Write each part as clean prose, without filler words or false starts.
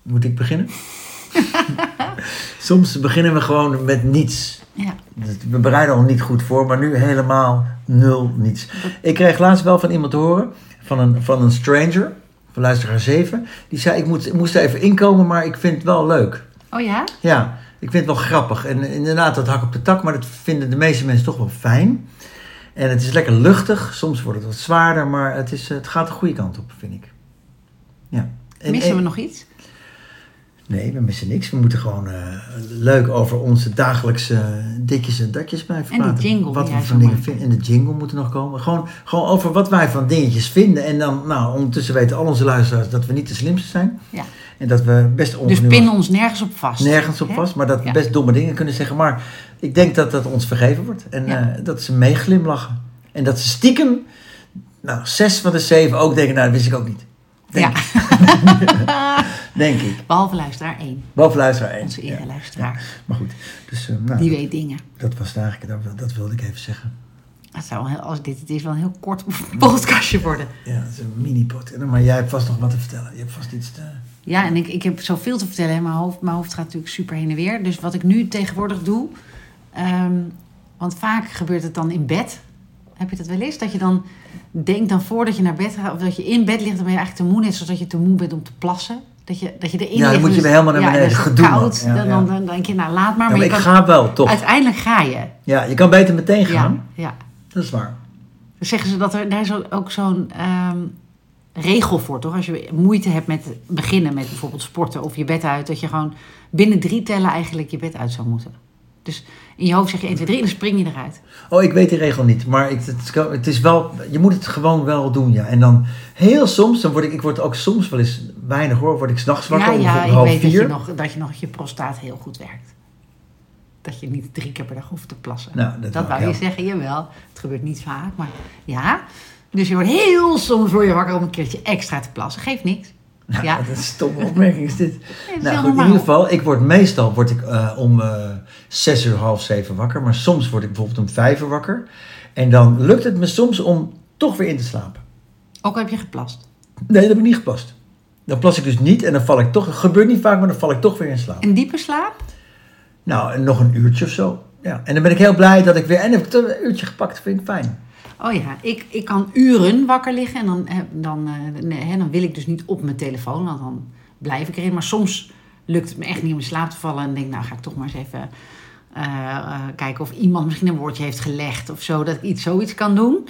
Moet ik beginnen? Soms beginnen we gewoon met niets. Ja. We bereiden al niet goed voor, maar nu helemaal nul niets. Ik kreeg laatst wel van iemand te horen, van een stranger, van luisteraar 7. Die zei, ik moest er even inkomen, maar ik vind het wel leuk. Oh ja? Ja, ik vind het wel grappig. En inderdaad, dat hak op de tak, maar dat vinden de meeste mensen toch wel fijn. En het is lekker luchtig. Soms wordt het wat zwaarder, maar het gaat de goede kant op, vind ik. Ja. Missen we nog iets? Nee, we missen niks. We moeten gewoon leuk over onze dagelijkse ditjes en datjes blijven praten. En die jingle. Wat we van dingen vinden. En de jingle moet er nog komen. Gewoon over wat wij van dingetjes vinden. En dan, ondertussen weten al onze luisteraars dat we niet de slimste zijn. Ja. En dat we best ongenuanceerd... Dus pinnen ons nergens op vast. Nergens op vast, maar dat we best domme dingen kunnen zeggen. Maar ik denk dat dat ons vergeven wordt. En dat ze meeglimlachen. En dat ze stiekem, 6 van de 7 ook denken, dat wist ik ook niet. Denk ik. Behalve luisteraar 1. Behalve luisteraar 1. Onze eerste luisteraar. Ja. Maar goed. Dus, die weet dingen. Dat was het eigenlijk. Dat wilde ik even zeggen. Het zou als dit het is wel een heel kort podcastje worden. Ja, het is een mini-podcast. Maar jij hebt vast nog wat te vertellen. Je hebt vast iets te... Ja, en ik heb zoveel te vertellen. Hè. Mijn hoofd gaat natuurlijk super heen en weer. Dus wat ik nu tegenwoordig doe... want vaak gebeurt het dan in bed. Heb je dat wel eens? Dat je dan denkt voordat je naar bed gaat... of dat je in bed ligt, dan ben je eigenlijk te moe. Net zoals dat je te moe bent om te plassen. Dat je erin ligt. Ja, dan moet je weer helemaal naar beneden. Gedoe. Koud. Dan denk je, laat maar. Maar ik ga wel, toch? Uiteindelijk ga je. Ja, je kan beter meteen gaan. Ja. Dat is waar. Dan zeggen ze dat daar is ook zo'n regel voor, toch? Als je moeite hebt met beginnen met bijvoorbeeld sporten of je bed uit... dat je gewoon binnen 3 tellen eigenlijk je bed uit zou moeten. Dus in je hoofd zeg je 1, 2, 3 en dan spring je eruit. Oh, ik weet die regel niet. Maar het is wel... Je moet het gewoon wel doen, ja. En dan heel soms, ik word ook soms wel eens weinig hoor, word ik 's nachts wakker om 3:30. Ja, ik weet dat je prostaat heel goed werkt. Dat je niet 3 keer per dag hoeft te plassen. Nou, dat wou je zeggen, jawel. Het gebeurt niet vaak, maar ja. Dus je wordt heel soms voor je wakker om een keertje extra te plassen. Geeft niks. Nou, ja. Dat is een stomme opmerking is dit. Nee, goed, in ieder geval, meestal word ik om 6 uur, half 7 wakker. Maar soms word ik bijvoorbeeld om 5 uur wakker. En dan lukt het me soms om toch weer in te slapen. Ook heb je geplast? Nee, dat heb ik niet geplast. Dan plas ik dus niet en dan val ik toch... Het gebeurt niet vaak, maar dan val ik toch weer in slaap. Een diepe slaap? Nou, nog een uurtje of zo. Ja. En dan ben ik heel blij dat ik weer... En heb ik toch een uurtje gepakt, dat vind ik fijn. Oh ja, ik kan uren wakker liggen en dan wil ik dus niet op mijn telefoon, want dan blijf ik erin. Maar soms lukt het me echt niet om in slaap te vallen en denk ga ik toch maar eens even kijken of iemand misschien een woordje heeft gelegd of zo, dat ik zoiets kan doen.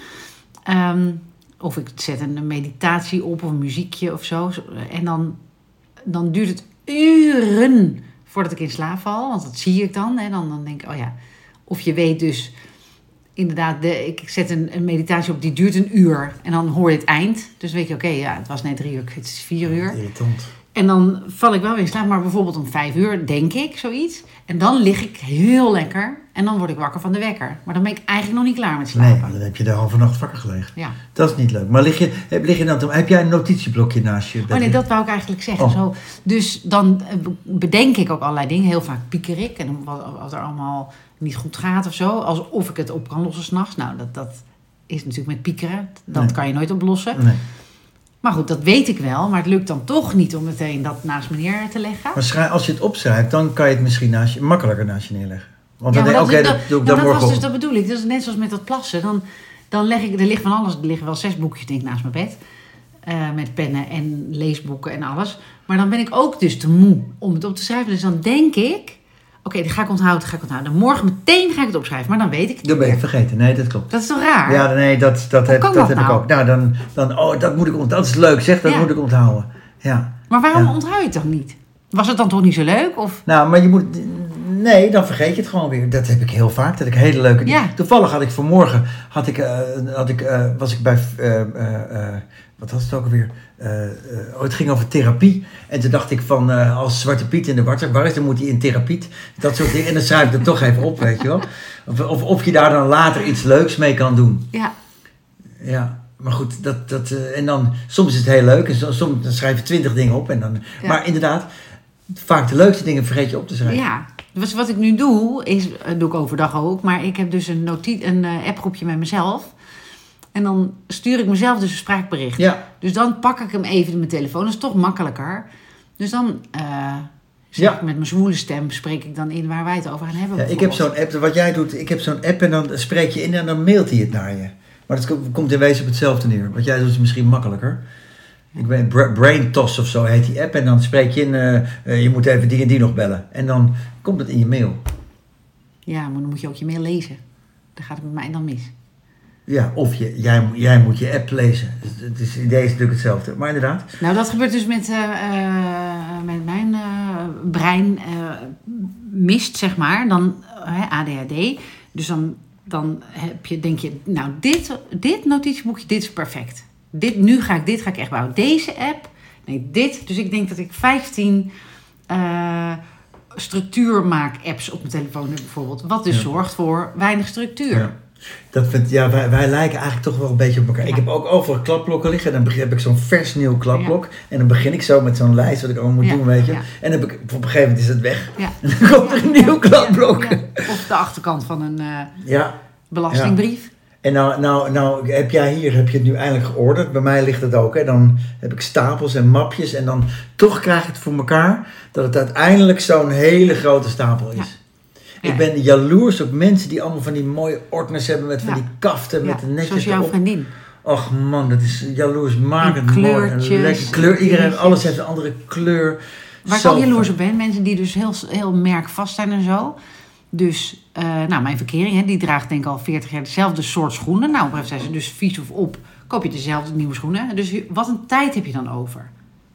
Of ik zet een meditatie op of een muziekje of zo. En dan duurt het uren voordat ik in slaap val, want dat zie ik dan. Hè. Dan denk ik, of je weet dus... Inderdaad, ik zet een meditatie op, die duurt een uur. En dan hoor je het eind. Dus weet je, het was net 3 uur, het is 4 uur. Irritant. En dan val ik wel weer in slaap, maar bijvoorbeeld om 5 uur, denk ik, zoiets. En dan lig ik heel lekker. En dan word ik wakker van de wekker. Maar dan ben ik eigenlijk nog niet klaar met slapen. Nee, dan heb je de halve nacht wakker gelegen. Ja. Dat is niet leuk. Maar heb jij een notitieblokje naast je bed? Oh nee, dat wou ik eigenlijk zeggen. Oh. Zo, dus dan bedenk ik ook allerlei dingen. Heel vaak pieker ik. En wat er allemaal niet goed gaat of zo. Alsof ik het op kan lossen 's nachts. Nou, dat is natuurlijk met piekeren. Dat kan je nooit oplossen. Nee. Maar goed, dat weet ik wel. Maar het lukt dan toch niet om meteen dat naast me neer te leggen. Maar als je het opschrijft, dan kan je het misschien makkelijker naast je neerleggen. Want Ja, dan denk ik, dat doe ik dan morgen op. Dat bedoel ik. Dat is net zoals met dat plassen. Dan leg ik, er ligt van alles. Er liggen wel 6 boekjes denk ik naast mijn bed. Met pennen en leesboeken en alles. Maar dan ben ik ook dus te moe om het op te schrijven. Dus dan denk ik... Oké, die ga ik onthouden. Dan morgen meteen ga ik het opschrijven. Maar dan weet ik het Dat ben ik vergeten. Nee, dat klopt. Dat is toch raar? Ja, nee, dat heb ik ook. Nou, dat moet ik onthouden. Dat is leuk, zeg. Dat moet ik onthouden. Ja. Maar waarom onthoud je het dan niet? Was het dan toch niet zo leuk? Of? Nou, maar je moet... Nee, dan vergeet je het gewoon weer. Dat heb ik heel vaak. Dat ik hele leuke dingen... Ja. Toevallig had ik vanmorgen... was ik bij... wat was het ook alweer? Het ging over therapie. En toen dacht ik van... als Zwarte Piet in de war is, dan moet hij in therapie. Dat soort dingen. En dan schrijf ik het toch even op, weet je wel. Of je daar dan later iets leuks mee kan doen. Ja. Ja. Maar goed, en dan... Soms is het heel leuk. En soms dan schrijf je 20 dingen op. En dan, Ja. Maar inderdaad... Vaak de leukste dingen vergeet je op te schrijven. Ja, dus wat ik nu doe, doe ik overdag ook. Maar ik heb dus een appgroepje met mezelf. En dan stuur ik mezelf dus een spraakbericht. Ja. Dus dan pak ik hem even in mijn telefoon. Dat is toch makkelijker. Dus dan met mijn zwoele stem spreek ik dan in waar wij het over gaan hebben. Ja, ik heb zo'n app, wat jij doet, ik heb zo'n app en dan spreek je in en dan mailt hij het naar je. Maar dat komt in wezen op hetzelfde neer. Wat jij doet is misschien makkelijker. Ik weet, Brain Toss of zo heet die app. En dan spreek je in, je moet even die en die nog bellen. En dan komt het in je mail. Ja, maar dan moet je ook je mail lezen. Dan gaat het met mij dan mis. Ja, of jij moet je app lezen. Het idee is natuurlijk hetzelfde. Maar inderdaad. Nou, dat gebeurt dus met mijn brein mist, zeg maar. Dan ADHD. Dus dan denk je, nou, dit notitieboekje, dit is perfect. Dit ga ik echt bouwen. Deze app, nee, dit. Dus ik denk dat ik 15 structuurmaak-apps op mijn telefoon heb bijvoorbeeld. Wat dus zorgt voor weinig structuur. Ja. Wij lijken eigenlijk toch wel een beetje op elkaar. Ja. Ik heb ook overal klapblokken liggen. En dan heb ik zo'n vers nieuw klapblok. Ja. En dan begin ik zo met zo'n lijst wat ik allemaal moet doen, weet je. Ja. En dan op een gegeven moment is het weg. Ja. En dan komt er een nieuw klapblok. Ja. Of de achterkant van een belastingbrief. Ja. En nou heb je het nu eindelijk georderd. Bij mij ligt het ook. Hè. Dan heb ik stapels en mapjes. En dan toch krijg ik het voor elkaar dat het uiteindelijk zo'n hele grote stapel is. Ja. Ik ben jaloers op mensen die allemaal van die mooie ordners hebben met van die kaften met de netjes zoals jouw vriendin. Och man, dat is jaloersmakend mooi. En lekker kleur. Iedereen, alles heeft een andere kleur. Waar ik ook jaloers op ben, mensen die dus heel merkvast zijn en zo. Dus, mijn verkering, die draagt denk ik al 40 jaar dezelfde soort schoenen. Nou, op zijn ze dus vies of op, koop je dezelfde nieuwe schoenen. Dus wat een tijd heb je dan over?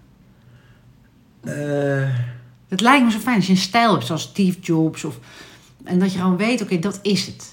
Het lijkt me zo fijn als je een stijl hebt, zoals Steve Jobs. En dat je gewoon weet, oké, dat is het.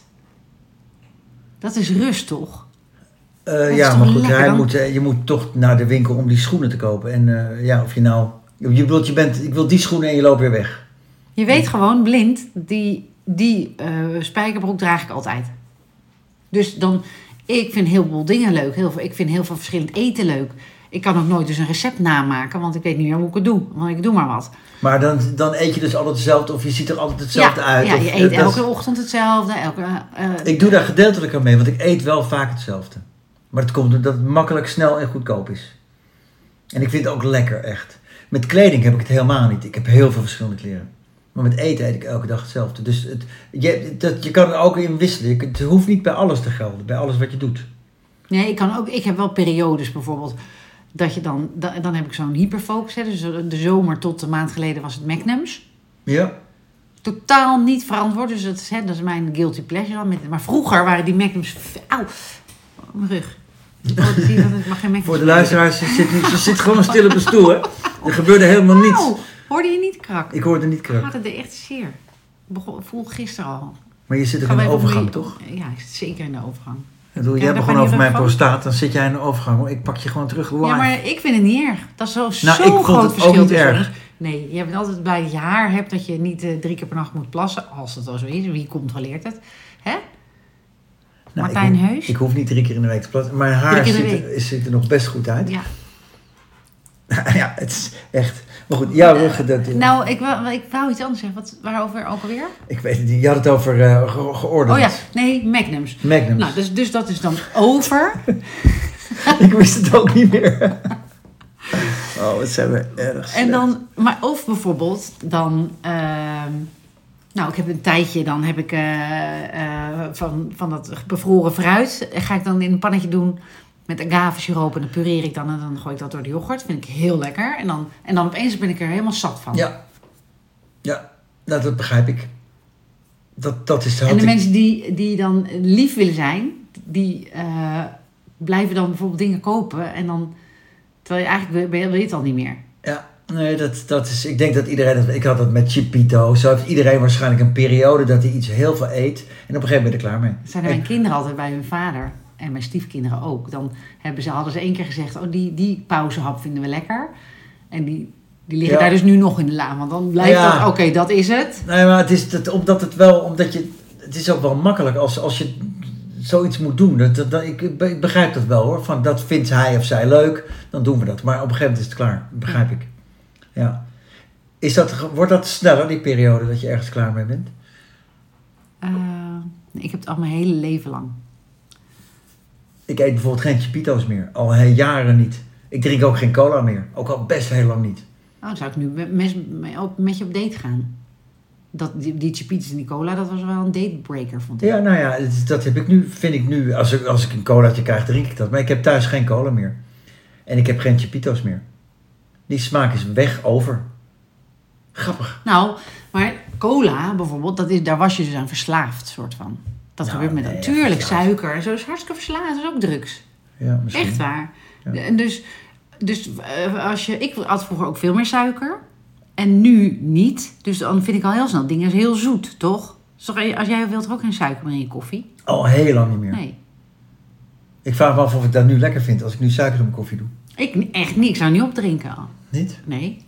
Dat is rust, toch? Ja, maar goed, je moet toch naar de winkel om die schoenen te kopen. En of je nou... ik wil die schoenen en je loopt weer weg. Je weet gewoon, blind, die spijkerbroek draag ik altijd. Dus dan... Ik vind heel veel dingen leuk. Ik vind heel veel verschillend eten leuk. Ik kan ook nooit dus een recept namaken, want ik weet niet meer hoe ik het doe. Want ik doe maar wat. Maar dan eet je dus altijd hetzelfde of je ziet er altijd hetzelfde uit. Ja, je eet elke ochtend hetzelfde. Ik doe daar gedeeltelijk aan mee, want ik eet wel vaak hetzelfde. Maar het komt omdat het makkelijk, snel en goedkoop is. En ik vind het ook lekker, echt. Met kleding heb ik het helemaal niet. Ik heb heel veel verschillende kleren. Maar met eten eet ik elke dag hetzelfde. Dus je kan er ook in wisselen. Het hoeft niet bij alles te gelden, bij alles wat je doet. Nee, ik heb wel periodes bijvoorbeeld. Dat je dan heb ik zo'n hyperfocus. Hè. Dus de zomer tot een maand geleden was het Magnums. Ja. Totaal niet verantwoord. Dus dat is mijn guilty pleasure. Maar vroeger waren die Magnums... Auw, mijn rug. Ik mag geen Magnums. Voor de luisteraars, ze zit gewoon stil op de stoel. Hè. Er gebeurde helemaal niets. Hoorde je niet krak? Ik hoorde niet krak. Gaat het er echt zeer. Ik voel gisteren al. Maar je zit er in de overgang, toch? Ja, ik zit zeker in de overgang. Jij begon over mijn prostaat, dan zit jij in de overgang. Ik pak je gewoon terug live. Ja, maar ik vind het niet erg. Dat is zo'n groot verschil tussen ons. Nee, je bent altijd blij dat je haar hebt, dat je niet 3 keer per nacht moet plassen. Als het al zo is, wie controleert het? Hè? Martijn Heus? Ik hoef niet 3 keer in de week te plassen. Mijn haar ziet er nog best goed uit. Ja. Ja, het is echt... Maar goed, jouw rug... Nou, ik wou iets anders zeggen. Waarover ook alweer? Ik weet het niet. Je had het over geordend. Oh ja, nee, Magnums. Nou, dus dat is dan over. Ik wist het ook niet meer. Oh, wat zijn we erg slecht. En dan... Maar of bijvoorbeeld dan... ik heb een tijdje... Dan heb ik van dat bevroren fruit... Ga ik dan in een pannetje doen... Met agavesiroop en dan pureer ik dan en dan gooi ik dat door de yoghurt. Vind ik heel lekker. En dan opeens ben ik er helemaal zat van. Ja, dat begrijp ik. Dat is en de mensen die dan lief willen zijn, die blijven dan bijvoorbeeld dingen kopen. En dan, terwijl je eigenlijk wil je het al niet meer. Ja, nee, dat is... Ik denk dat iedereen... Ik had dat met Chipito. Zo heeft iedereen waarschijnlijk een periode dat hij iets heel veel eet. En op een gegeven moment ben je er klaar mee. Zijn mijn kinderen altijd bij hun vader... En mijn stiefkinderen ook. Dan hadden ze 1 keer gezegd... die pauzehap vinden we lekker. En die liggen daar dus nu nog in de la. Want dan blijft dat... Oké, dat is het. Nee, maar het is ook wel makkelijk als je zoiets moet doen. Ik begrijp dat wel hoor. Van, dat vindt hij of zij leuk. Dan doen we dat. Maar op een gegeven moment is het klaar. Dat begrijp ik. Ja. Wordt dat sneller, die periode dat je ergens klaar mee bent? Ik heb het al mijn hele leven lang. Ik eet bijvoorbeeld geen Chipito's meer. Al jaren niet. Ik drink ook geen cola meer. Ook al best heel lang niet. dan zou ik nu met je op date gaan. Die Chapitis en die cola, dat was wel een datebreaker, vond ik. Ja, nou ja, dat heb ik nu, vind ik nu. Als ik een colaatje krijg, drink ik dat. Maar ik heb thuis geen cola meer. En ik heb geen Chapito's meer. Die smaak is weg over. Grappig. Nou, maar cola bijvoorbeeld, daar was je dus aan verslaafd, soort van. Dat gebeurt met natuurlijk suiker. En zo is hartstikke verslaafd, dat is ook drugs. Ja, misschien. Echt waar. Ja. En dus ik had vroeger ook veel meer suiker. En nu niet. Dus dan vind ik al heel snel dingen heel zoet, toch? Als jij wilt er ook geen suiker meer in je koffie? Al heel lang niet meer. Nee. Ik vraag me af of ik dat nu lekker vind als ik nu suiker in mijn koffie doe. Ik echt niet. Ik zou niet opdrinken al. Niet? Nee.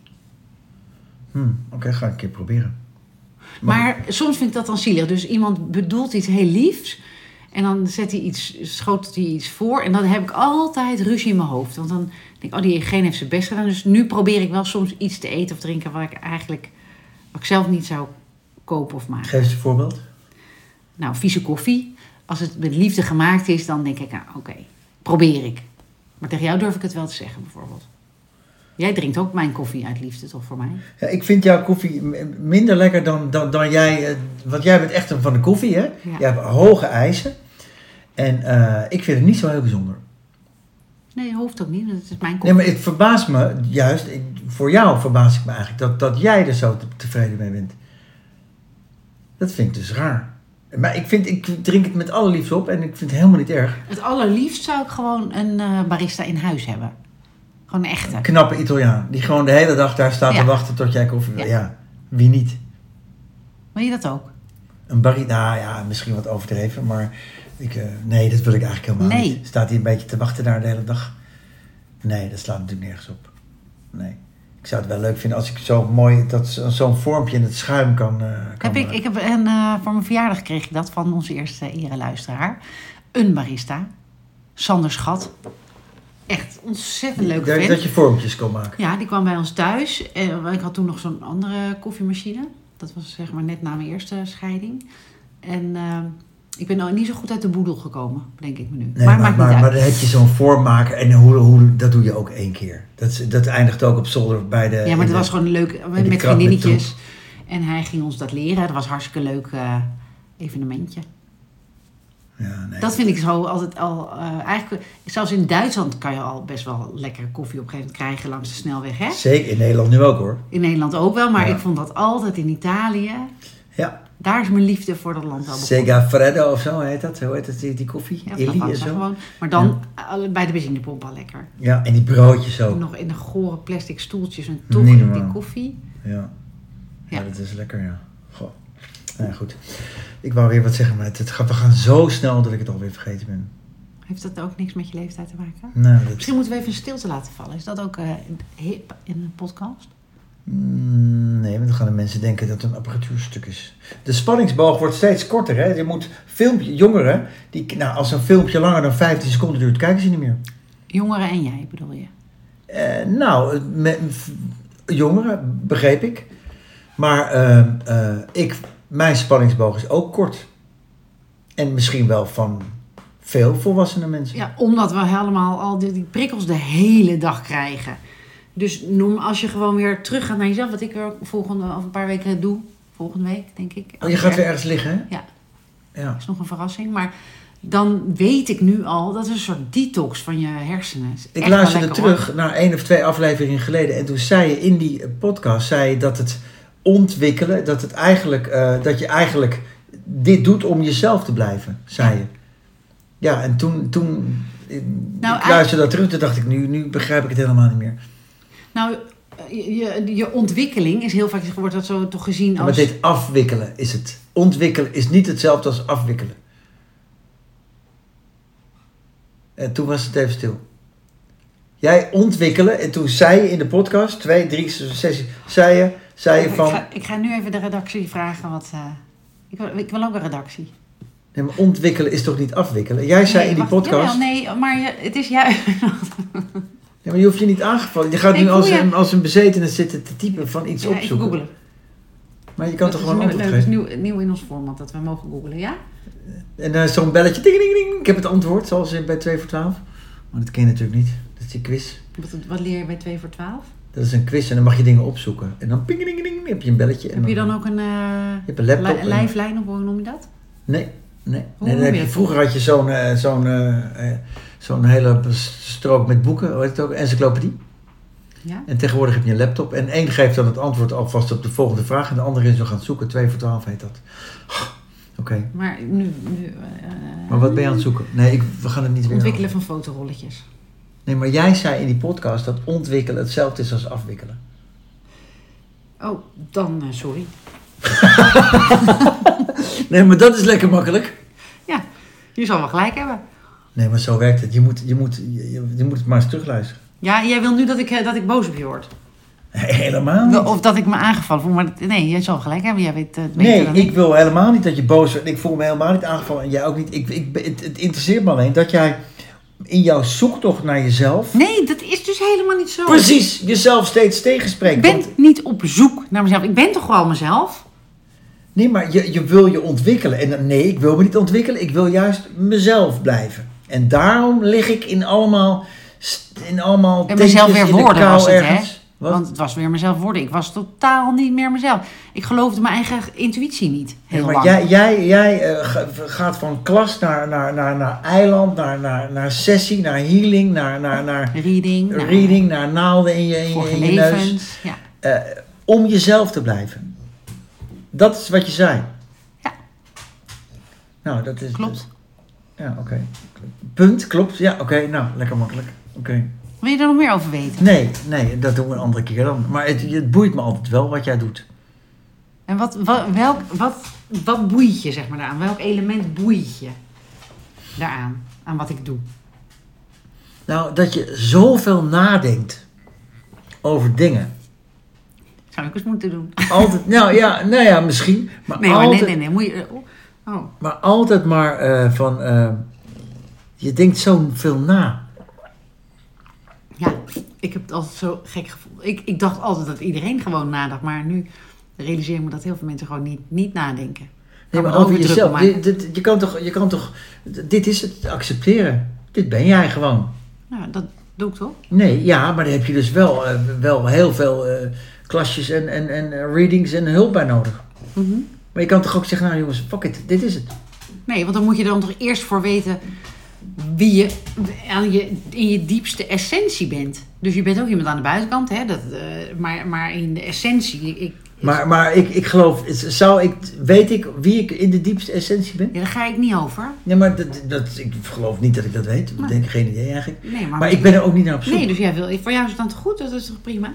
Oké, ga ik een keer proberen. Maar soms vind ik dat dan zielig. Dus iemand bedoelt iets heel liefs. En dan schotelt hij iets voor. En dan heb ik altijd ruzie in mijn hoofd. Want dan denk ik, diegene heeft zijn best gedaan. Dus nu probeer ik wel soms iets te eten of drinken wat ik zelf niet zou kopen of maken. Geef eens een voorbeeld. Nou, vieze koffie. Als het met liefde gemaakt is, dan denk ik, oké, probeer ik. Maar tegen jou durf ik het wel te zeggen, bijvoorbeeld. Jij drinkt ook mijn koffie uit liefde, toch, voor mij? Ja, ik vind jouw koffie minder lekker dan jij. Want jij bent echt van de koffie, hè? Ja. Jij hebt hoge eisen. En ik vind het niet zo heel bijzonder. Nee, hoeft ook niet. Dat is mijn koffie. Nee, maar het verbaast me juist. Voor jou verbaas ik me eigenlijk dat jij er zo tevreden mee bent. Dat vind ik dus raar. Maar ik drink het met alle liefde op en ik vind het helemaal niet erg. Het allerliefst zou ik gewoon een barista in huis hebben. Gewoon een echte. Een knappe Italiaan. Die gewoon de hele dag daar staat te wachten tot jij koffie wil. Ja, wie niet? Wil je dat ook? Een barista, nou ja, misschien wat overdreven, maar nee, dat wil ik eigenlijk helemaal niet. Staat hij een beetje te wachten daar de hele dag? Nee, dat slaat natuurlijk nergens op. Nee. Ik zou het wel leuk vinden als ik zo mooi zo'n vormpje in het schuim kan voor mijn verjaardag kreeg ik dat van onze eerste ereluisteraar. Een barista. Sander Schat. Echt ontzettend leuk vent. Dat je vormpjes kon maken. Ja, die kwam bij ons thuis. Ik had toen nog zo'n andere koffiemachine. Dat was zeg maar net na mijn eerste scheiding. En ik ben nou niet zo goed uit de boedel gekomen, denk ik me nu. Nee, maar dan heb je zo'n vorm maken en dat doe je ook 1 keer. Dat eindigt ook op zolder bij de... Ja, maar het was gewoon leuk met vriendinnetjes. En hij ging ons dat leren. Dat was een hartstikke leuk evenementje. Ja, nee, dat vind ik zo altijd al... eigenlijk, zelfs in Duitsland kan je al best wel lekkere koffie op een gegeven moment krijgen langs de snelweg, hè? Zeker, in Nederland nu ook, hoor. In Nederland ook wel, maar ik vond dat altijd in Italië. Ja. Daar is mijn liefde voor dat land al begonnen. Segafredo of zo heet dat. Hoe heet dat, die koffie? Ja, Eli en zo. Gewoon. Maar dan bij de benzinepomp al lekker. Ja, en die broodjes ook. Nog in de gore plastic stoeltjes en toch die koffie. Ja, dat is lekker, ja. Goh. Nou ja, goed. Ik wou weer wat zeggen, maar we gaan zo snel dat ik het alweer vergeten ben. Heeft dat ook niks met je leeftijd te maken? Nou, Misschien moeten we even een stilte laten vallen. Is dat ook hip in een podcast? Nee, want dan gaan de mensen denken dat het een apparatuurstuk is. De spanningsboog wordt steeds korter. Hè? Je moet jongeren, als een filmpje langer dan 15 seconden duurt, kijken ze niet meer. Jongeren en jij, bedoel je? Jongeren, begreep ik. Maar mijn spanningsboog is ook kort. En misschien wel van veel volwassene mensen. Ja, omdat we helemaal al die prikkels de hele dag krijgen. Dus als je gewoon weer terug gaat naar jezelf, wat ik weer over een paar weken doe. Volgende week, denk ik. Je gaat weer ergens liggen, hè? Ja. Dat is nog een verrassing. Maar dan weet ik nu al, dat is een soort detox van je hersenen. Ik luisterde terug naar 1 of 2 afleveringen geleden. En toen zei je in die podcast dat het ontwikkelen, dat je eigenlijk dit doet om jezelf te blijven, zei je. Ja, en toen ik luisterde dat terug, toen dacht ik, nu begrijp ik het helemaal niet meer. Nou, je ontwikkeling is heel vaak, wordt dat zo toch gezien als... Maar dit afwikkelen is het. Ontwikkelen is niet hetzelfde als afwikkelen. En toen was het even stil. Jij ontwikkelen, en toen zei je in de podcast, 2, 3 sessies, zei je van... Ik ga nu even de redactie vragen wat... Ik wil ook een redactie. Nee, maar ontwikkelen is toch niet afwikkelen? Jij zei in die podcast... Jawel, maar het is juist... Ja, maar je hoeft je niet aangevallen. Je gaat nu als een bezetene zitten te typen van iets opzoeken. Even googelen. Maar je kan toch gewoon antwoord geven? Dat is nieuw in ons format, dat we mogen googelen, ja? En dan zo'n belletje, ding, ding, ding. Ik heb het antwoord, zoals bij 2 voor 12. Maar dat ken je natuurlijk niet. Dat is die quiz. Wat leer je bij 2 voor 12? Dat is een quiz en dan mag je dingen opzoeken. En dan ping, ding, ding, heb je een belletje. Heb je dan ook een, je hebt een laptop lijflijn of hoe noem je dat? Nee. Hoe noem je dat? Vroeger had je zo'n hele strook met boeken, hoe heet het ook, encyclopedie. Ja? En tegenwoordig heb je een laptop en één geeft dan het antwoord alvast op de volgende vraag en de andere is nog gaan zoeken. 2 voor 12 heet dat. Oké. Maar nu Maar wat ben je aan het zoeken? Nee, we gaan het niet weer ontwikkelen van fotorolletjes. Nee, maar jij zei in die podcast dat ontwikkelen hetzelfde is als afwikkelen. Oh, dan sorry. Nee, maar dat is lekker makkelijk. Ja, je zal wel gelijk hebben. Nee, maar zo werkt het. Je moet het maar eens terugluisteren. Ja, jij wil nu dat ik boos op je word. Helemaal niet. Of dat ik me aangevallen voel. Maar nee, jij zal gelijk hebben. Jij weet nee, dan ik wil helemaal niet dat je boos wordt. Ik voel me helemaal niet aangevallen. En jij ook niet. Het interesseert me alleen dat jij in jouw zoektocht naar jezelf... Nee, dat is dus helemaal niet zo. Precies, jezelf steeds tegenspreekt. Ik ben niet op zoek naar mezelf. Ik ben toch gewoon mezelf? Nee, maar je wil je ontwikkelen. En nee, ik wil me niet ontwikkelen. Ik wil juist mezelf blijven. En daarom lig ik in allemaal En mezelf weer worden was het, hè? Wat? Want het was weer mezelf worden. Ik was totaal niet meer mezelf. Ik geloofde mijn eigen intuïtie niet. Heel maar lang. jij gaat van klas naar eiland, naar sessie, naar healing, naar reading, naar naalden in je neus. Ja. Om jezelf te blijven. Dat is wat je zei. Ja. Nou, dat is... Klopt. Ja, oké. Punt, klopt. Ja, oké. Nou, lekker makkelijk. Oké. Wil je er nog meer over weten? Nee, dat doen we een andere keer dan. Maar het boeit me altijd wel wat jij doet. En wat boeit je, zeg maar, daaraan? Welk element boeit je daaraan? Aan wat ik doe? Nou, dat je zoveel nadenkt over dingen. Zou ik eens moeten doen. Altijd, nou ja, misschien. Maar Nee, altijd, nee. Moet je... Oh. Maar altijd maar je denkt zo veel na. Ja, ik heb het altijd zo gek gevoeld. Ik dacht altijd dat iedereen gewoon nadacht. Maar nu realiseer ik me dat heel veel mensen gewoon niet nadenken. Nee, maar over jezelf. Je kan toch... Dit is het, accepteren. Dit ben jij gewoon. Ja, dat doe ik toch? Nee, ja, maar daar heb je dus wel heel veel klasjes en readings en hulp bij nodig. Mm-hmm. Maar je kan toch ook zeggen, nou jongens, fuck it, dit is het. Nee, want dan moet je dan toch eerst voor weten wie je in je diepste essentie bent. Dus je bent ook iemand aan de buitenkant, hè? Maar in de essentie... Maar ik geloof, weet ik wie ik in de diepste essentie ben? Ja, daar ga ik niet over. Nee, maar ik geloof niet dat ik dat weet. Ik denk geen idee eigenlijk. Nee, maar ik ben er ook niet naar op zoek. Nee, dus voor jou is het dan toch goed? Dat is toch prima?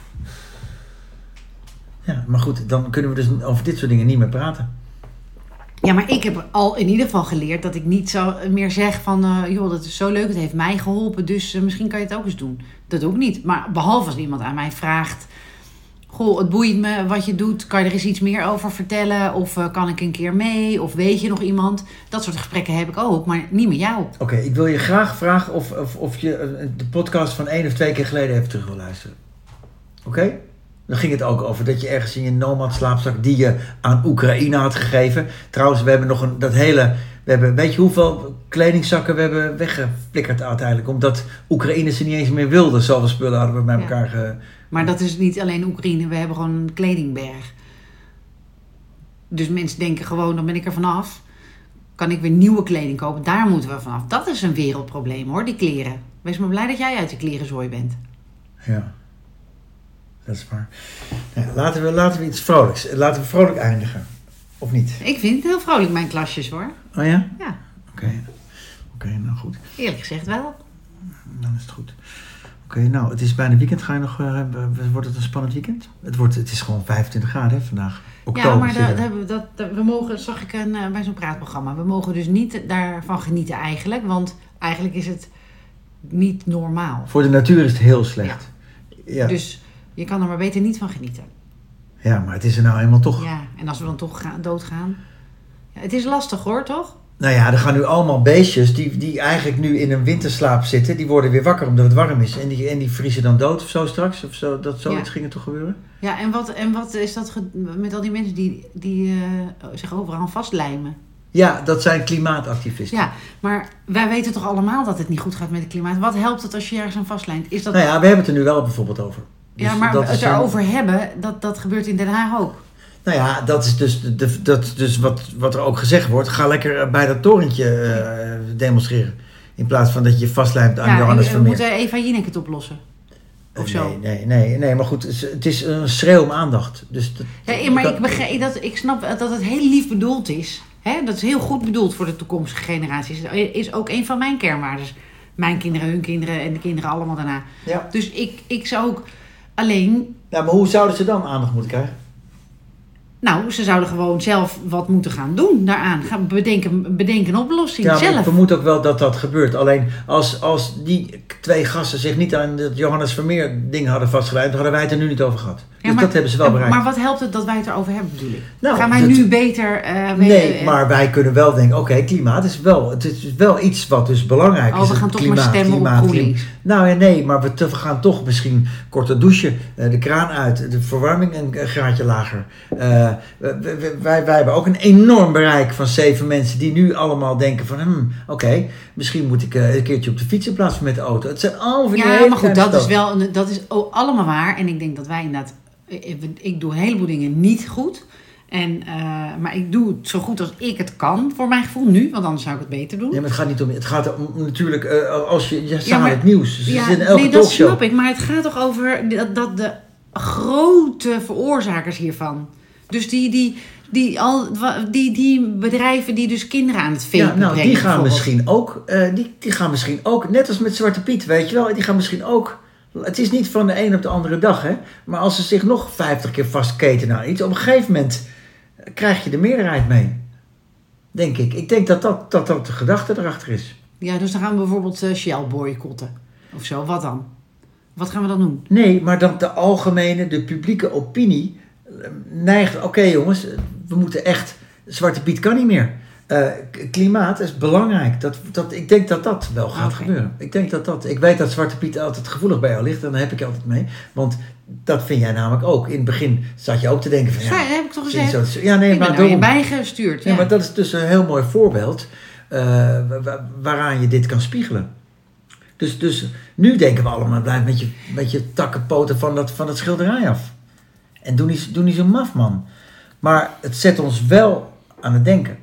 Ja, maar goed, dan kunnen we dus over dit soort dingen niet meer praten. Ja, maar ik heb al in ieder geval geleerd dat ik niet zo meer zeg van... joh, dat is zo leuk, het heeft mij geholpen, dus misschien kan je het ook eens doen. Dat doe ik niet. Maar behalve als iemand aan mij vraagt... Goh, het boeit me wat je doet, kan je er eens iets meer over vertellen? Of kan ik een keer mee? Of weet je nog iemand? Dat soort gesprekken heb ik ook, maar niet met jou. Oké, ik wil je graag vragen of je de podcast van 1 of 2 keer geleden even terug wil luisteren. Oké? Dan ging het ook over dat je ergens in je nomad slaapzak die je aan Oekraïne had gegeven. Trouwens, we hebben nog weet je hoeveel kledingzakken we hebben weggeflikkerd uiteindelijk. Omdat Oekraïne ze niet eens meer wilde. Zoveel spullen hadden we bij elkaar Maar dat is niet alleen Oekraïne. We hebben gewoon een kledingberg. Dus mensen denken gewoon, dan ben ik er vanaf. Kan ik weer nieuwe kleding kopen? Daar moeten we vanaf. Dat is een wereldprobleem hoor, die kleren. Wees maar blij dat jij uit die klerenzooi bent. Ja. Dat is waar. Ja, laten we iets vrolijks. Laten we vrolijk eindigen. Of niet? Ik vind het heel vrolijk, mijn klasjes hoor. Oh ja? Ja. Oké, nou goed. Eerlijk gezegd wel. Dan is het goed. Oké, nou, het is bijna weekend. Ga je nog... wordt het een spannend weekend? Het is gewoon 25 graden hè, vandaag. Oktober, ja, maar we mogen, zag ik bij zo'n praatprogramma, we mogen dus niet daarvan genieten eigenlijk. Want eigenlijk is het niet normaal. Voor de natuur is het heel slecht. Ja. Dus... Je kan er maar beter niet van genieten. Ja, maar het is er nou eenmaal toch. Ja, en als we dan toch doodgaan. Ja, het is lastig hoor, toch? Nou ja, er gaan nu allemaal beestjes die eigenlijk nu in een winterslaap zitten. Die worden weer wakker omdat het warm is. En die vriezen dan dood of zo straks. Of zo, zoiets ging er toch gebeuren? Ja, en wat is dat met al die mensen die zich overal vastlijmen? Ja, dat zijn klimaatactivisten. Ja, maar wij weten toch allemaal dat het niet goed gaat met het klimaat. Wat helpt het als je ergens aan vastlijnt? Is dat... Nou ja, we hebben het er nu wel bijvoorbeeld over. Dus ja, maar dat het is erover hebben, dat gebeurt in Den Haag ook. Nou ja, dat is dus wat er ook gezegd wordt. Ga lekker bij dat torentje demonstreren. In plaats van dat je je vastlijmt aan Johannes Vermeer. Moet Eva Jinek het oplossen? Of zo? Nee, maar goed, het is een schreeuw om aandacht. Dus ik snap dat het heel lief bedoeld is. Hè? Dat is heel goed bedoeld voor de toekomstige generaties. Dat is ook een van mijn kernwaardes. Mijn kinderen, hun kinderen en de kinderen allemaal daarna. Ja. Dus ik zou ook alleen... Ja, maar hoe zouden ze dan aandacht moeten krijgen? Nou, ze zouden gewoon zelf wat moeten gaan doen daaraan. Gaan bedenken een oplossing zelf. Ja, ik vermoed ook wel dat gebeurt. Alleen als die 2 gasten zich niet aan het Johannes Vermeer ding hadden vastgeleid, dan hadden wij het er nu niet over gehad. Ja, dus dat hebben ze wel bereikt. Maar wat helpt het dat wij het erover hebben, bedoel ik? Nou, gaan wij nu beter... maar wij kunnen wel denken, oké, klimaat is het is wel iets wat dus belangrijk is. We gaan toch maar stemmen op GroenLinks. Nou ja, nee, maar we gaan toch misschien korter douchen, de kraan uit, de verwarming een graadje lager. Wij hebben ook een enorm bereik van 7 mensen die nu allemaal denken van, oké, misschien moet ik een keertje op de fiets in plaats van met de auto. Het zijn al van die hele maar goed, kleine dat is allemaal waar. En ik denk dat wij inderdaad... Ik doe een heleboel dingen niet goed. Maar ik doe het zo goed als ik het kan, voor mijn gevoel nu. Want anders zou ik het beter doen. Nee, maar het gaat niet om... Het gaat om natuurlijk... als je staat het nieuws. Dus ja, in elke dat talkshow. snap ik. Maar het gaat toch over dat de grote veroorzakers hiervan... Dus die bedrijven die dus kinderen aan het vapen brengen. Die gaan misschien ook... Die gaan misschien ook... Net als met Zwarte Piet, weet je wel. Die gaan misschien ook... Het is niet van de een op de andere dag, hè. Maar als ze zich nog 50 keer vastketen aan iets... Op een gegeven moment krijg je de meerderheid mee. Denk ik. Ik denk dat de gedachte erachter is. Ja, dus dan gaan we bijvoorbeeld Shell boycotten. Of zo. Wat dan? Wat gaan we dan doen? Nee, maar dat de publieke opinie neigt... Oké, jongens, we moeten echt... Zwarte Piet kan niet meer. Klimaat is belangrijk. Ik denk dat wel gaat gebeuren. Ik weet dat Zwarte Piet altijd gevoelig bij jou ligt. En daar heb ik je altijd mee. Want dat vind jij namelijk ook. In het begin zat je ook te denken van... Ja, dat heb ik toch gezegd. Ja, nee, ik ben er bijgestuurd. Ja, maar dat is dus een heel mooi voorbeeld... waaraan je dit kan spiegelen. Dus nu denken we allemaal... Blijf met je takkenpoten van dat schilderij af. En doe niet zo maf, man. Maar het zet ons wel aan het denken.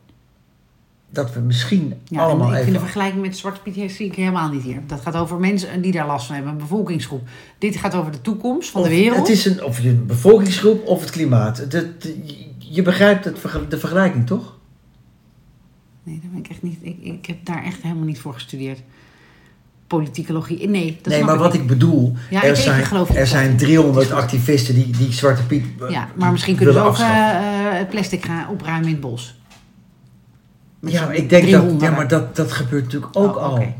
Dat we misschien allemaal even... Ik vind de vergelijking met Zwarte Piet zie ik helemaal niet hier. Dat gaat over mensen die daar last van hebben. Een bevolkingsgroep. Dit gaat over de toekomst van de wereld. Het is of je een bevolkingsgroep of het klimaat. Je begrijpt de vergelijking, toch? Nee, dat ben ik echt niet. Ik heb daar echt helemaal niet voor gestudeerd. Politicologie. Nee, maar wat ik bedoel... Ja, er zijn 300 activisten die Zwarte Piet ja, maar misschien kunnen ze ook plastic gaan opruimen in het bos. Ja, ik denk maar dat gebeurt natuurlijk ook al. Okay.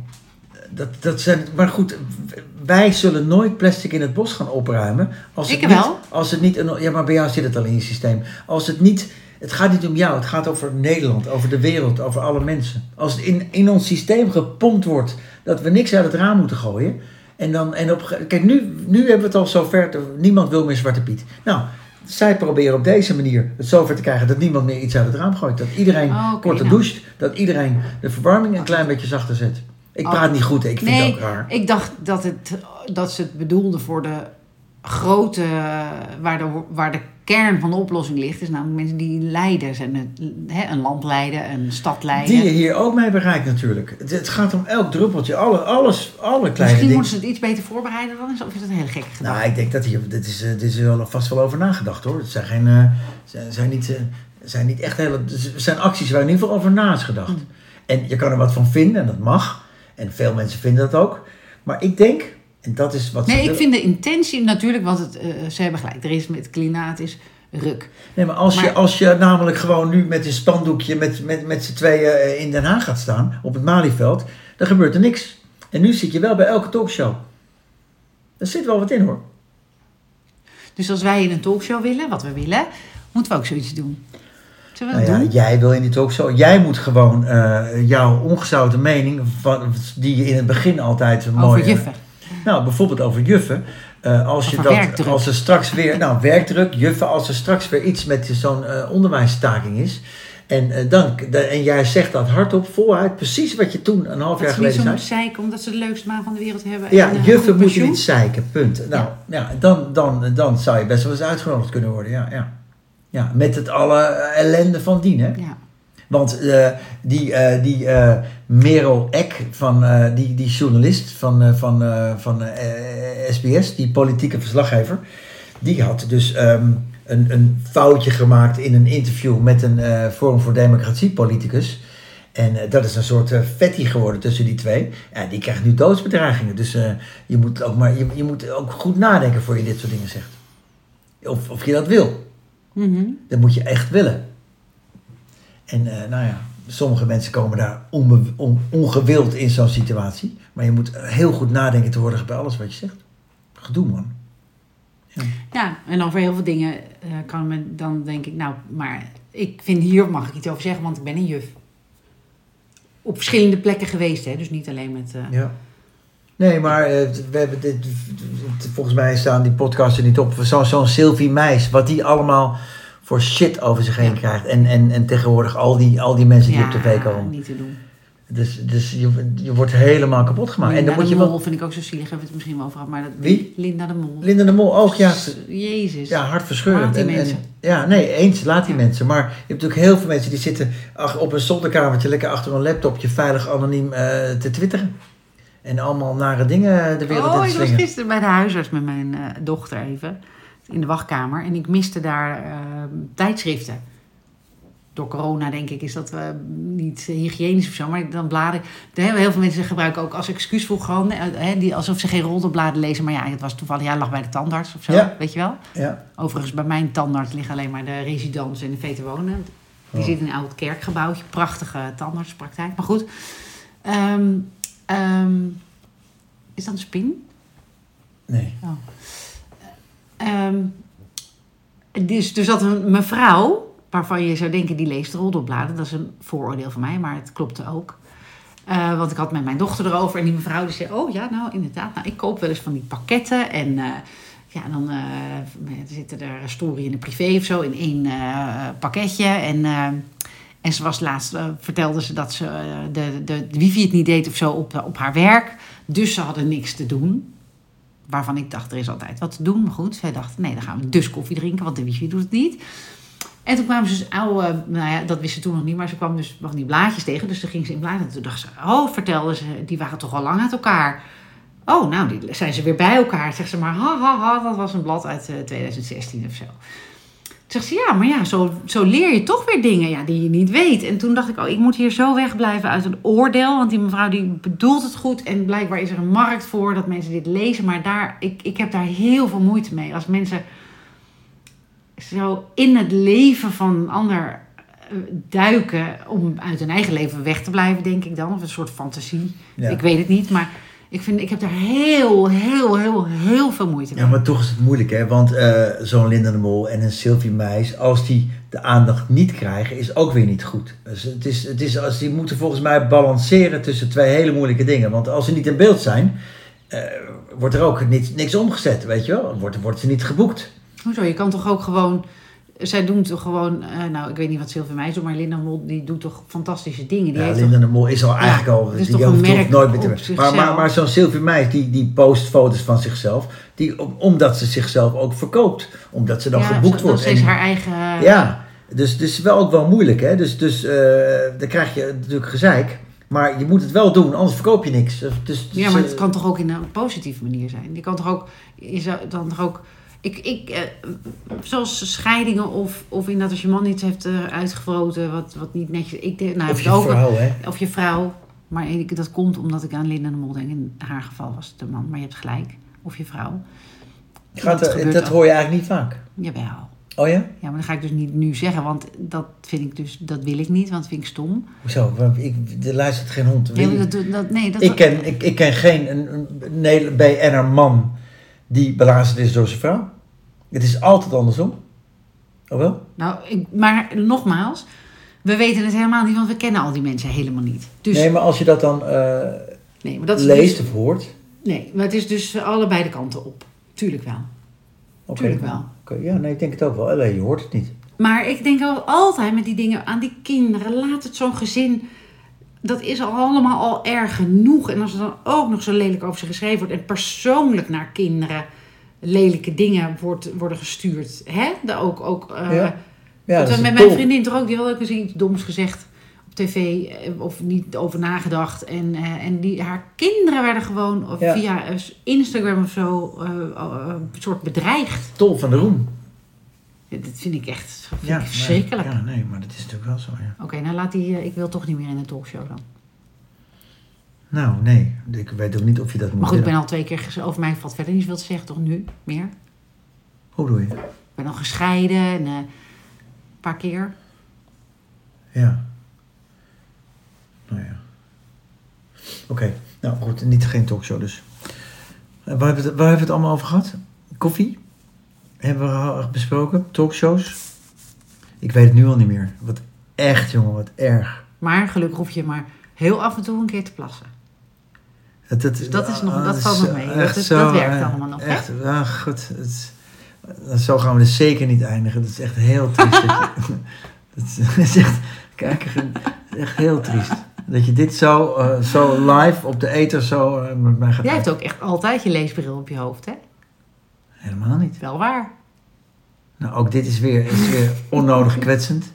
Maar goed, wij zullen nooit plastic in het bos gaan opruimen. Als het niet, ja, maar bij jou zit het al in je systeem. Het gaat niet om jou, het gaat over Nederland, over de wereld, over alle mensen. Als het in ons systeem gepompt wordt dat we niks uit het raam moeten gooien. Kijk, nu hebben we het al zover, niemand wil meer Zwarte Piet. Nou, zij proberen op deze manier het zover te krijgen dat niemand meer iets uit het raam gooit. Dat iedereen korter doucht, dat iedereen de verwarming een klein beetje zachter zet. Ik praat niet goed, ik vind het ook raar. Ik dacht dat ze het bedoelden voor de grote, waar de kern van de oplossing ligt, is namelijk mensen die lijden. Een land leiden, een stad leiden. Die je hier ook mee bereikt natuurlijk. Het gaat om elk druppeltje, alle kleine dingen. Misschien moeten ze het iets beter voorbereiden dan, of is dat een hele gekke gedachte? Nou, ik denk dat dit is vast wel over nagedacht, hoor. Het zijn niet echt hele... Het zijn acties waar in ieder geval over na is gedacht. En je kan er wat van vinden, en dat mag. En veel mensen vinden dat ook. Maar ik denk... En dat is wat ik vind de intentie natuurlijk, want ze hebben gelijk. Er is met klimaat is ruk. Nee, maar als je namelijk gewoon nu met een spandoekje met z'n tweeën in Den Haag gaat staan, op het Malieveld, dan gebeurt er niks. En nu zit je wel bij elke talkshow. Er zit wel wat in, hoor. Dus als wij in een talkshow willen, wat we willen, moeten we ook zoiets doen. Zullen we dat doen? Jij wil in die talkshow. Jij moet gewoon jouw ongezouten mening, die je in het begin altijd mooi... Over juffen. Nou, bijvoorbeeld over juffen. Als er straks weer... Nou, werkdruk, juffen. Als er straks weer iets met zo'n onderwijsstaking is... En jij zegt dat hardop, voluit, precies wat je toen een half jaar geleden zei. Dat ze niet zo moet zeiken omdat ze de leukste baan van de wereld hebben. Ja, en, juffen moet je niet zeiken, punt. Nou, dan zou je best wel eens uitgenodigd kunnen worden, ja. Met het alle ellende van dien, hè. Ja. Want die Merel Eck, die journalist van SBS, die politieke verslaggever, die had dus een foutje gemaakt in een interview met een Forum voor Democratie politicus. En dat is een soort fatty geworden tussen die twee. Ja, die krijgt nu doodsbedreigingen. Dus je moet ook goed nadenken voor je dit soort dingen zegt. Of je dat wil. Mm-hmm. Dat moet je echt willen. En sommige mensen komen daar ongewild in zo'n situatie. Maar je moet heel goed nadenken tegenwoordig bij alles wat je zegt. Gedoe, man. Ja, en over heel veel dingen dan denk ik, maar ik vind hier mag ik iets over zeggen, want ik ben een juf. Op verschillende plekken geweest, hè, dus niet alleen met... Ja. Nee, maar we hebben volgens mij staan die podcasts er niet op. Zo'n Sylvie Meis, wat die allemaal voor shit over zich heen krijgt. En tegenwoordig al die mensen die op tv komen. Niet te doen. Dus je wordt helemaal kapot gemaakt. Linda en dan de moet Mol vind ik ook zo zielig, hebben we het misschien wel over gehad. Maar Wie? Linda de Mol. Linda de Mol ook, ja. Jezus. Ja, hartverscheurend. Laat die mensen. Eens, laat die mensen. Maar je hebt natuurlijk heel veel mensen die zitten op een zolderkamertje lekker achter een laptopje veilig anoniem te twitteren. En allemaal nare dingen de wereld in te ik slingen. was gisteren bij de huisarts met mijn dochter even. In de wachtkamer. En ik miste daar tijdschriften. Door corona denk ik is dat niet hygiënisch of zo. Maar dan bladen. Heel veel mensen gebruiken ook als excuus voor gewoon. Alsof ze geen roddelbladen lezen. Maar ja, het was toevallig. Lag bij de tandarts of zo. Ja. Weet je wel? Ja. Overigens bij mijn tandarts liggen alleen maar de residents en de VT Wonen. Die zit in een oud kerkgebouwtje. Prachtige tandartspraktijk. Maar goed. Is dat een spin? Nee. Dus dat een mevrouw, waarvan je zou denken die leest roddelbladen, dat is een vooroordeel van mij, maar het klopte ook. Want ik had met mijn dochter erover en die mevrouw die zei, oh ja, nou inderdaad, ik koop wel eens van die pakketten en dan zitten er stories in de privé of zo in één pakketje en ze was laatst, vertelde ze dat ze de wifi het niet deed of zo op haar werk, dus ze hadden niks te doen. Waarvan ik dacht, er is altijd wat te doen. Maar goed, zij dachten, nee, dan gaan we dus koffie drinken, want de wifi doet het niet. En toen kwamen ze dus oude, dat wist ze toen nog niet, maar ze kwam dus nog die blaadjes tegen. Dus toen ging ze in bladen en toen dacht ze, vertelde ze, die waren toch al lang uit elkaar. Oh, nou, die zijn ze weer bij elkaar. Zegt ze maar, dat was een blad uit 2016 of zo. Toen zegt ze, maar zo leer je toch weer dingen die je niet weet. En toen dacht ik, ik moet hier zo wegblijven uit een oordeel. Want die mevrouw die bedoelt het goed. En blijkbaar is er een markt voor dat mensen dit lezen. Maar ik heb daar heel veel moeite mee. Als mensen zo in het leven van een ander duiken om uit hun eigen leven weg te blijven, denk ik dan. Of een soort fantasie. Ja. Ik weet het niet, maar ik heb daar heel, heel, heel, heel veel moeite mee. Ja, maar toch is het moeilijk, hè? Want zo'n Linda de Mol en een Sylvie Meis, als die de aandacht niet krijgen, is ook weer niet goed. Dus die moeten volgens mij balanceren tussen twee hele moeilijke dingen. Want als ze niet in beeld zijn, wordt er ook niks omgezet, weet je wel? Wordt ze niet geboekt. Hoezo? Je kan toch ook gewoon... Zij doen toch gewoon... ik weet niet wat Sylvie Meis doet, maar Linda de Mol die doet toch fantastische dingen. Die heeft Linda de Mol is al eigenlijk al... Het is die toch een merk nooit meer te... Maar zo'n Sylvie Meis, die post foto's van zichzelf, omdat ze zichzelf ook verkoopt. Omdat ze dan geboekt wordt. Dat is haar eigen... Ja, dus wel ook wel moeilijk, hè. Dus dan krijg je natuurlijk gezeik. Maar je moet het wel doen, anders verkoop je niks. Maar het kan toch ook in een positieve manier zijn? Je kan toch ook... Je zou dan toch ook... zoals scheidingen of in dat als je man iets heeft uitgevroten wat niet netjes... of je vrouw, hè? Of je vrouw. Maar dat komt omdat ik aan Linda de Mol denk. In haar geval was het de man, maar je hebt gelijk. Of je vrouw. Dat hoor je eigenlijk niet vaak. Jawel. Oh ja? Ja, maar dat ga ik dus niet nu zeggen, want dat wil ik niet, want dat vind ik stom. Hoezo? Er luistert geen hond. Ik ken geen BN'er man die belazerd is door zijn vrouw. Het is altijd andersom. Oh wel? Maar nogmaals, we weten het helemaal niet, want we kennen al die mensen helemaal niet. Dus, nee, maar als je dat dan leest of hoort... Nee, maar het is dus allebei de kanten op. Tuurlijk wel. Okay. Tuurlijk wel. Okay. Ja, nee, ik denk het ook wel. Alleen je hoort het niet. Maar ik denk altijd met die dingen aan die kinderen. Laat het zo'n gezin... Dat is allemaal al erg genoeg. En als er dan ook nog zo lelijk over ze geschreven wordt... en persoonlijk naar kinderen lelijke dingen worden gestuurd. Hè? Met mijn vriendin toch ook. Die had ook eens iets doms gezegd op tv. Of niet over nagedacht. En haar kinderen werden gewoon via Instagram of zo... een soort bedreigd. Tol van de Roem. Dat vind ik echt verschrikkelijk. Maar dat is natuurlijk wel zo, ja. Oké, nou ik wil toch niet meer in een talkshow dan. Nou, nee. Ik weet ook niet of je dat moet. Maar goed, ik ben al 2 keer... Over mij valt verder niet zoveel te zeggen, toch nu? Meer? Hoe doe je? Ik ben al gescheiden en een paar keer. Ja. Nou ja. Oké. Nou goed, geen talkshow dus. Waar hebben we het allemaal over gehad? Koffie? Hebben we al besproken? Talkshows? Ik weet het nu al niet meer. Wat echt, jongen, wat erg. Maar gelukkig hoef je maar heel af en toe een keer te plassen. Dus dat valt nog mee. Dat werkt allemaal nog. Echt, goed. Zo gaan we dus zeker niet eindigen. Dat is echt heel triest. Dat is echt, echt heel triest. Dat je dit zo live op de ether zo met mij gaat. Jij hebt ook echt altijd je leesbril op je hoofd, hè? Helemaal niet. Wel waar. Nou, ook dit is weer onnodig kwetsend.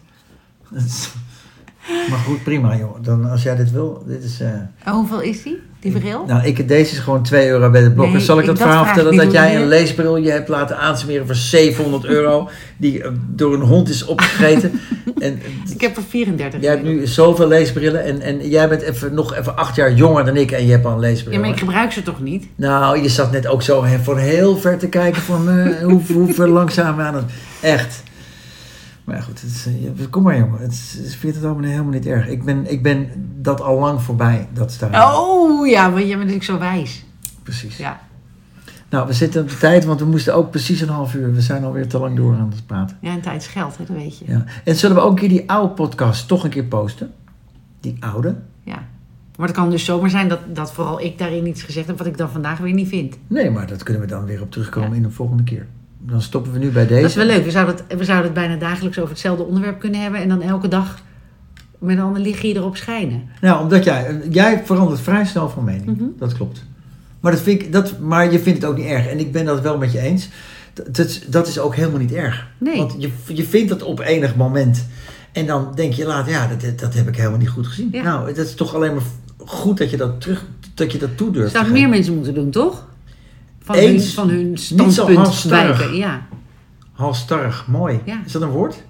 Maar goed, prima joh. Dan, als jij dit wil, dit is... Hoeveel is die bril? Nou, deze is gewoon €2 bij de blokker. Nee, Zal ik dat verhaal vertellen dat jij meer. een leesbril je hebt laten aansmeren voor €700... die door een hond is opgegeten. Ik heb er 34. Jij hebt nu zoveel leesbrillen en jij bent nog even 8 jaar jonger dan ik en je hebt al een leesbril. Ja, maar ik gebruik ze toch niet? Nou, je zat net ook zo van heel ver te kijken van hoe ver langzaam we aan het... Echt. Maar ja, goed, kom maar jongen. Ik vind het allemaal helemaal niet erg. Ik ben dat al lang voorbij, dat staan. Oh ja, maar jij bent natuurlijk zo wijs. Precies. Ja. Nou, we zitten op de tijd, want we moesten ook precies een half uur. We zijn alweer te lang door aan het praten. Ja, en tijd is geld, hè, dat weet je. Ja. En zullen we ook een keer die oude podcast toch een keer posten? Die oude? Ja. Maar het kan dus zomaar zijn dat vooral ik daarin iets gezegd heb wat ik dan vandaag weer niet vind. Nee, maar dat kunnen we dan weer op terugkomen in de volgende keer. Dan stoppen we nu bij deze. Dat is wel leuk. We zouden het bijna dagelijks over hetzelfde onderwerp kunnen hebben. En dan elke dag met een ander lichtje erop schijnen. Nou, omdat jij verandert vrij snel van mening. Mm-hmm. Dat klopt. Maar je vindt het ook niet erg. En ik ben dat wel met je eens. Dat is ook helemaal niet erg. Nee. Want je vindt dat op enig moment. En dan denk je later, dat heb ik helemaal niet goed gezien. Ja. Nou, dat is toch alleen maar goed dat je dat toe durft. Dat meer mensen moeten doen, toch? Van hun standpunt wijken. Ja. Halstarrig, mooi. Ja. Is dat een woord?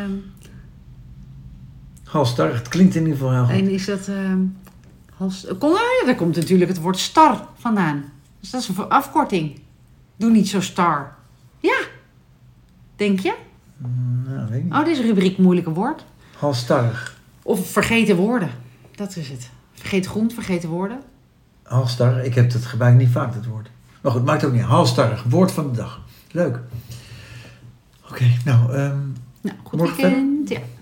Halstarrig, het klinkt in ieder geval heel goed. En is dat... daar komt natuurlijk het woord star vandaan. Dus dat is een afkorting. Doe niet zo star. Ja. Denk je? Nou, weet ik niet. Oh, dit is een rubriek moeilijke woord. Halstarrig. Of vergeten woorden. Dat is het. Vergeten grond, vergeten woorden. Halstarrig, ik heb dat gebruik niet vaak, dat woord. Maar goed, maakt ook niet. Halstarrig, woord van de dag. Leuk. Oké, nou, goed morgen weekend. Ja.